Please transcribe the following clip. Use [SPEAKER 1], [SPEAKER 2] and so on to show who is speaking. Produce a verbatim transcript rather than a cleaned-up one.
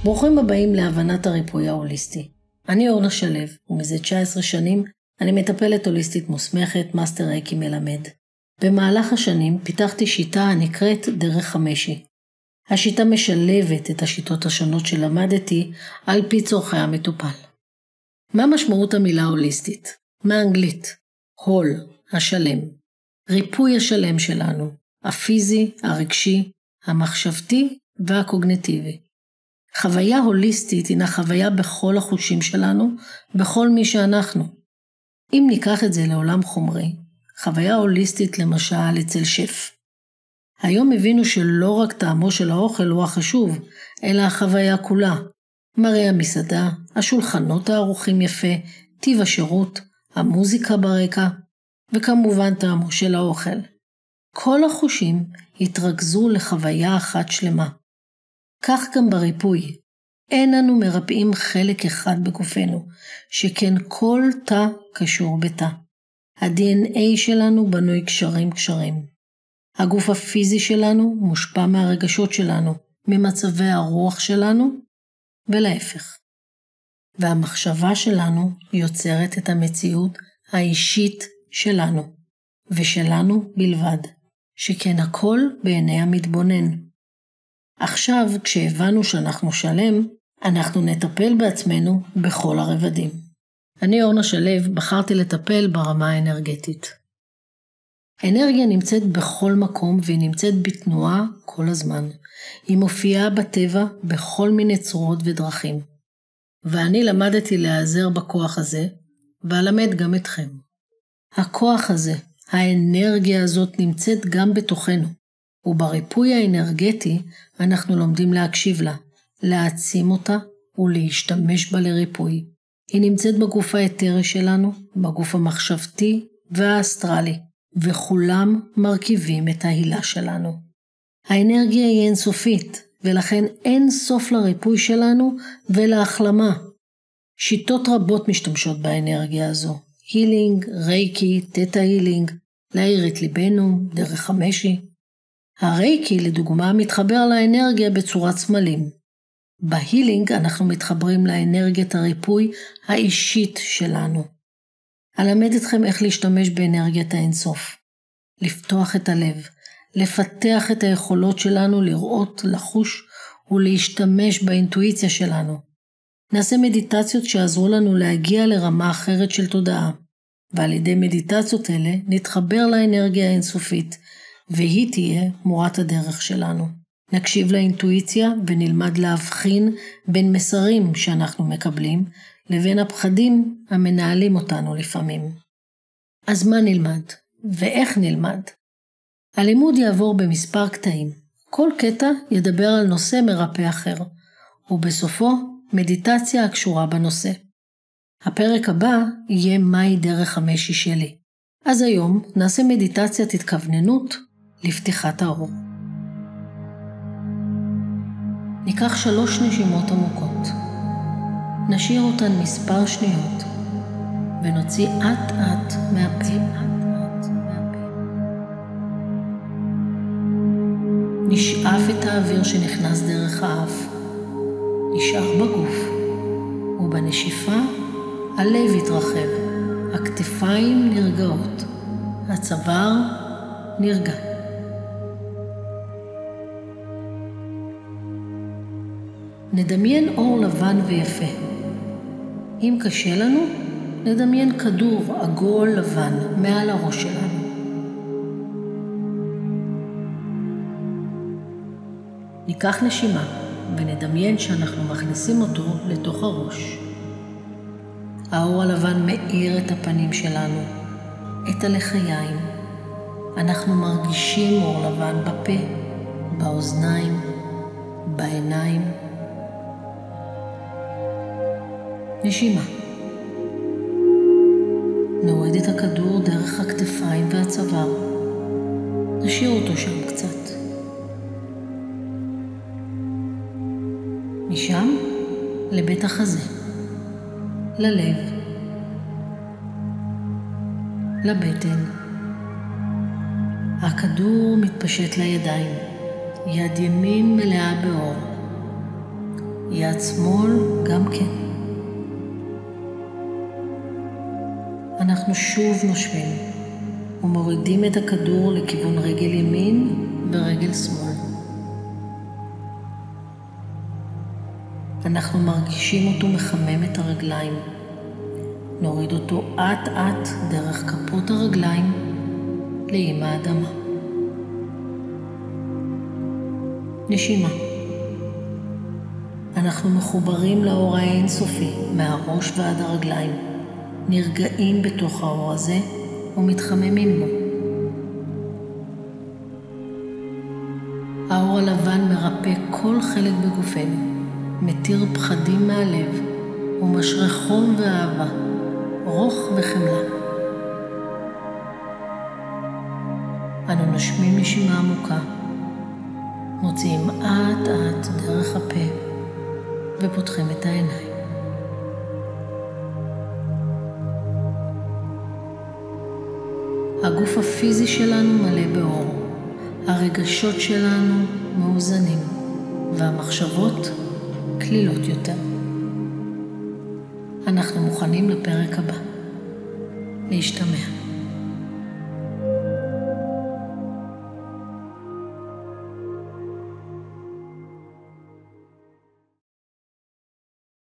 [SPEAKER 1] ברוכים הבאים להבנת הריפוי ההוליסטי. אני אורנה שלו, ומזה תשע עשרה שנים אני מטפלת הוליסטית מוסמכת, מאסטר רייקי מלמד. במהלך השנים פיתחתי שיטה הנקראת דרך המשי. השיטה משלבת את השיטות השונות שלמדתי על פי צורכי המטופל. מה משמעות המילה הוליסטית? מאנגלית, הול, השלם. ריפוי השלם שלנו, הפיזי, הרגשי, המחשבתי והקוגניטיבי. חוויה הוליסטית הינה חוויה בכל החושים שלנו, בכל מי שאנחנו. אם ניקח את זה לעולם חומרי, חוויה הוליסטית למשל אצל שף. היום הבינו שלא רק טעמו של האוכל הוא החשוב, אלא החוויה כולה. מראה המסעדה, השולחנות הערוכים יפה, טיב השירות, המוזיקה ברקע, וכמובן טעמו של האוכל. כל החושים התרכזו לחוויה אחת שלמה. כך גם בריפוי. אין אנו מרפאים חלק אחד בגופנו, שכן כל תא קשור בתא. ה-די אן איי שלנו בנוי קשרים קשרים. הגוף הפיזי שלנו מושפע מהרגשות שלנו, ממצבי הרוח שלנו, ולהפך. והמחשבה שלנו יוצרת את המציאות האישית שלנו, ושלנו בלבד, שכן הכל בעיני המתבונן. עכשיו, כשהבנו שאנחנו שלם, אנחנו נטפל בעצמנו בכל הרבדים. אני אורנה שלו, בחרתי לטפל ברמה האנרגטית. אנרגיה נמצאת בכל מקום והיא נמצאת בתנועה כל הזמן. היא מופיעה בטבע בכל מיני צורות ודרכים. ואני למדתי להיעזר בכוח הזה, ואלמד גם אתכם. הכוח הזה, האנרגיה הזאת נמצאת גם בתוכנו. ובריפוי האנרגטי אנחנו לומדים להקשיב לה, להעצים אותה ולהשתמש בה לריפוי. היא נמצאת בגוף האתרי שלנו, בגוף המחשבתי והאסטרלי, וכולם מרכיבים את ההילה שלנו. האנרגיה היא אינסופית, ולכן אין סוף לריפוי שלנו ולהחלמה. שיטות רבות משתמשות באנרגיה הזו, הילינג, רייקי, תטא הילינג, להאיר את ליבנו, דרך המשי. הרייקי לדוגמה מתחבר לאנרגיה בצורת סמלים. בהילינג אנחנו מתחברים לאנרגיית הריפוי האישית שלנו. אלמד אתכם איך להשתמש באנרגיית האינסוף. לפתוח את הלב, לפתח את היכולות שלנו לראות, לחוש ולהשתמש באינטואיציה שלנו. נעשה מדיטציות שיעזרו לנו להגיע לרמה אחרת של תודעה, ועל ידי מדיטציות אלה נתחבר לאנרגיה האינסופית, והיא תהיה מורת הדרך שלנו. נקשיב לאינטואיציה ונלמד להבחין בין מסרים שאנחנו מקבלים, לבין הפחדים המנהלים אותנו לפעמים. אז מה נלמד? ואיך נלמד? הלימוד יעבור במספר קטעים. כל קטע ידבר על נושא מרפא אחר, ובסופו מדיטציה הקשורה בנושא. הפרק הבא יהיה מהי דרך המשי שלי. אז היום נעשה מדיטציית התכווננות לפתיחת האור. ניקח שלוש נשימות עמוקות. נשאיר אותן מספר שניות, ונוציא עט עט מהפה. נשאף את האוויר שנכנס דרך האף, נשאר בגוף, ובנשיפה הלב יתרחב, הכתפיים נרגעות, הצוואר נרגע. נדמיין אור לבן ויפה. אם קשה לנו, נדמיין כדור עגול לבן מעל הראש שלנו. ניקח נשימה ונדמיין שאנחנו מכניסים אותו לתוך הראש. האור הלבן מאיר את הפנים שלנו, את הלחיים. אנחנו מרגישים אור לבן בפה, באוזניים, בעיניים. נשימה. נוריד את הכדור דרך הכתפיים והצוואר. נשאיר אותו שם קצת. משם לבית החזה, ללב, לבטן. הכדור מתפשט לידיים, יד ימין מלאה באור. יד שמאל גם כן. אנחנו שוב נושמים ומורידים את הכדור לכיוון רגל ימין ורגל שמאל. אנחנו מרגישים אותו מחמם את הרגליים. נוריד אותו עט עט דרך כפות הרגליים לאם האדמה. נשימה. אנחנו מחוברים לאור האינסופי מהראש ועד הרגליים. נרגעים בתוך האור הזה ומתחממים בו. האור הלבן מרפא כל חלק בגופנו, מתיר פחדים מהלב ומשרה חום ואהבה, רוך וחמלה. אנו נושמים נשימה עמוקה, מוציאים עט עט דרך הפה ופותחים את העיניים. הגוף הפיזי שלנו מלא באור, הרגשות שלנו מאוזנים, והמחשבות כלילות יותר. אנחנו מוכנים לפרק הבא. להשתמע.